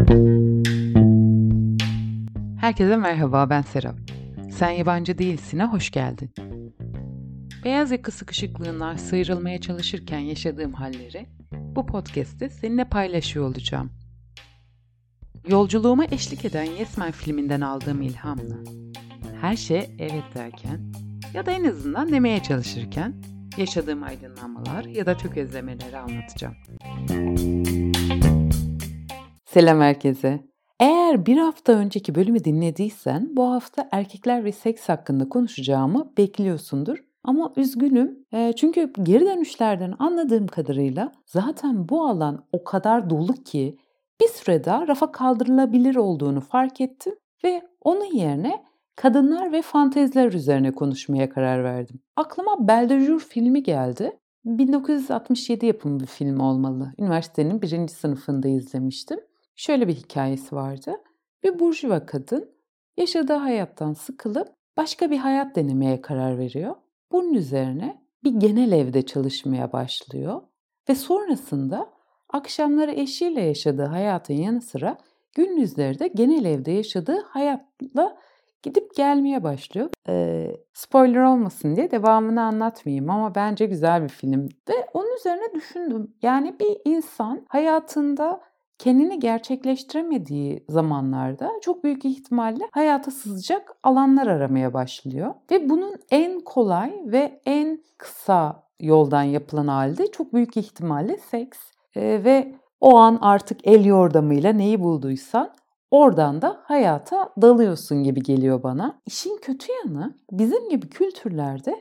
Herkese merhaba, ben Serap. Sen Yabancı Değilsin'e hoş geldin. Beyaz yaka sıkışıklığından sıyrılmaya çalışırken yaşadığım halleri bu podcast'te seninle paylaşıyor olacağım. Yolculuğuma eşlik eden Yes Man filminden aldığım ilhamla her şeye evet derken ya da en azından demeye çalışırken yaşadığım aydınlanmalar ya da tökezlemeleri anlatacağım. Selam herkese. Eğer bir hafta önceki bölümü dinlediysen bu hafta erkekler ve seks hakkında konuşacağımı bekliyorsundur. Ama üzgünüm çünkü geri dönüşlerden anladığım kadarıyla zaten bu alan o kadar dolu ki bir süre daha rafa kaldırılabilir olduğunu fark ettim ve onun yerine kadınlar ve fanteziler üzerine konuşmaya karar verdim. Aklıma Belle de Jour filmi geldi. 1967 yapımı bir film olmalı. Üniversitenin 1. sınıfında izlemiştim. Şöyle bir hikayesi vardı. Bir burjuva kadın yaşadığı hayattan sıkılıp başka bir hayat denemeye karar veriyor. Bunun üzerine bir genel evde çalışmaya başlıyor ve sonrasında akşamları eşiyle yaşadığı hayatın yanı sıra gündüzleri de genel evde yaşadığı hayatla gidip gelmeye başlıyor. Spoiler olmasın diye devamını anlatmayayım ama bence güzel bir film. Ve onun üzerine düşündüm. Yani bir insan hayatında kendini gerçekleştiremediği zamanlarda çok büyük ihtimalle hayata sızacak alanlar aramaya başlıyor. Ve bunun en kolay ve en kısa yoldan yapılan halde çok büyük ihtimalle seks. Ve o an artık el yordamıyla neyi bulduysan oradan da hayata dalıyorsun gibi geliyor bana. İşin kötü yanı bizim gibi kültürlerde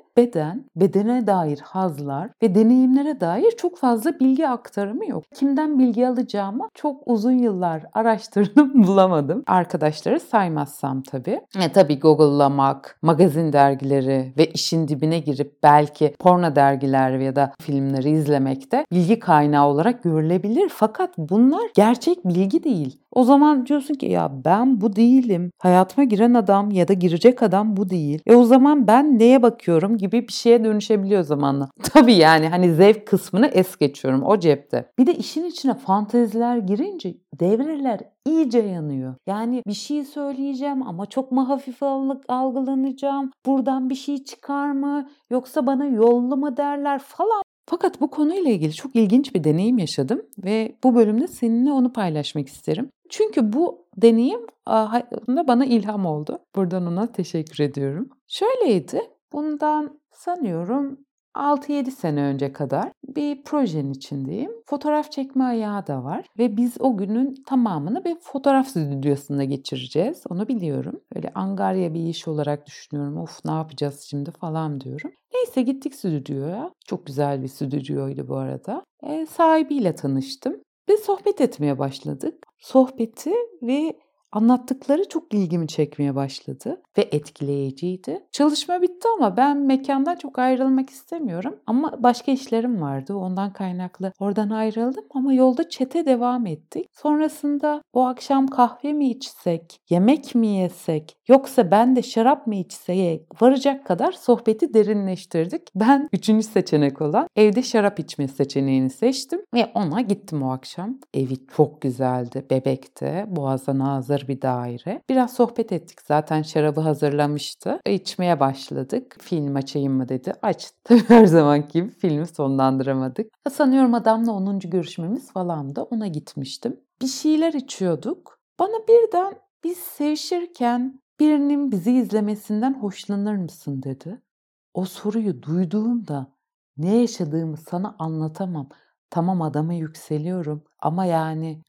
bedene dair hazlar ve deneyimlere dair çok fazla bilgi aktarımı yok. Kimden bilgi alacağımı çok uzun yıllar araştırdım bulamadım. Arkadaşları saymazsam tabii. Tabii Google'lamak, magazin dergileri ve işin dibine girip belki porno dergiler ya da filmleri izlemek de bilgi kaynağı olarak görülebilir. Fakat bunlar gerçek bilgi değil. O zaman diyorsun ki ya ben bu değilim. Hayatıma giren adam ya da girecek adam bu değil. O zaman ben neye bakıyorum gibi bir şeye dönüşebiliyor zamanla. Tabii yani hani zevk kısmını es geçiyorum, o cepte. Bir de işin içine fanteziler girince devreler iyice yanıyor. Yani bir şey söyleyeceğim ama çok mu hafif algılanacağım? Buradan bir şey çıkar mı? Yoksa bana yollu mu derler falan. Fakat bu konuyla ilgili çok ilginç bir deneyim yaşadım ve bu bölümde seninle onu paylaşmak isterim. Çünkü bu deneyim hayatımda bana ilham oldu. Buradan ona teşekkür ediyorum. Şöyleydi, bundan sanıyorum 6-7 sene önce kadar bir projenin içindeyim. Fotoğraf çekme ayağı da var ve biz o günün tamamını bir fotoğraf stüdyosunda geçireceğiz. Onu biliyorum. Böyle angarya bir iş olarak düşünüyorum. Of ne yapacağız şimdi falan diyorum. Neyse gittik stüdyoya. Çok güzel bir stüdyoydu bu arada. Sahibiyle tanıştım ve sohbet etmeye başladık. Sohbeti ve anlattıkları çok ilgimi çekmeye başladı ve etkileyiciydi. Çalışma bitti ama ben mekandan çok ayrılmak istemiyorum. Ama başka işlerim vardı. Ondan kaynaklı oradan ayrıldım ama yolda çete devam ettik. Sonrasında o akşam kahve mi içsek, yemek mi yesek, yoksa ben de şarap mı içsek varacak kadar sohbeti derinleştirdik. Ben 3. seçenek olan evde şarap içme seçeneğini seçtim ve ona gittim o akşam. Evi çok güzeldi, bebekti, boğaza nazır bir daire. Biraz sohbet ettik, zaten şarabı hazırlamıştı. İçmeye başladık. Film açayım mı dedi. Açtı. Her zamanki gibi filmi sonlandıramadık. Sanıyorum adamla 10. görüşmemiz falan da ona gitmiştim. Bir şeyler içiyorduk. Bana birden biz sevişirken birinin bizi izlemesinden hoşlanır mısın dedi. O soruyu duyduğumda ne yaşadığımı sana anlatamam. Tamam adama yükseliyorum ama yani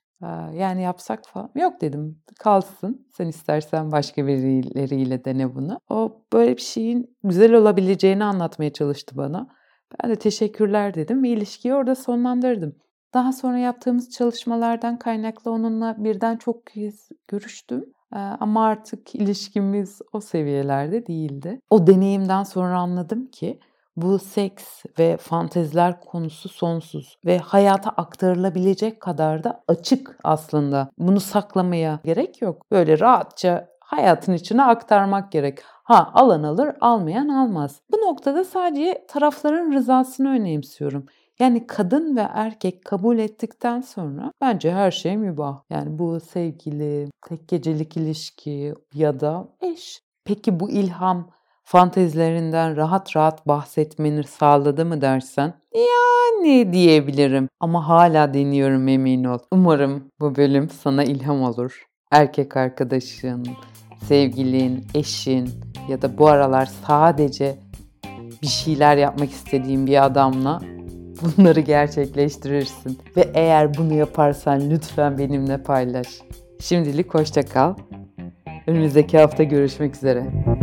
yapsak falan. Yok dedim, kalsın. Sen istersen başka birileriyle dene bunu. O böyle bir şeyin güzel olabileceğini anlatmaya çalıştı bana. Ben de teşekkürler dedim ve ilişkiyi orada sonlandırdım. Daha sonra yaptığımız çalışmalardan kaynaklı onunla birden çok kez görüştüm. Ama artık ilişkimiz o seviyelerde değildi. O deneyimden sonra anladım ki bu seks ve fanteziler konusu sonsuz ve hayata aktarılabilecek kadar da açık aslında. Bunu saklamaya gerek yok. Böyle rahatça hayatın içine aktarmak gerek. Alan alır, almayan almaz. Bu noktada sadece tarafların rızasını önemsiyorum. Yani kadın ve erkek kabul ettikten sonra bence her şey mübah. Yani bu sevgili, tek gecelik ilişki ya da eş. Peki bu ilham fantezilerinden rahat rahat bahsetmeni sağladı mı dersen? Yani diyebilirim ama hala deniyorum, emin ol. Umarım bu bölüm sana ilham olur. Erkek arkadaşın, sevgilin, eşin ya da bu aralar sadece bir şeyler yapmak istediğin bir adamla bunları gerçekleştirirsin. Ve eğer bunu yaparsan lütfen benimle paylaş. Şimdilik hoşça kal. Önümüzdeki hafta görüşmek üzere.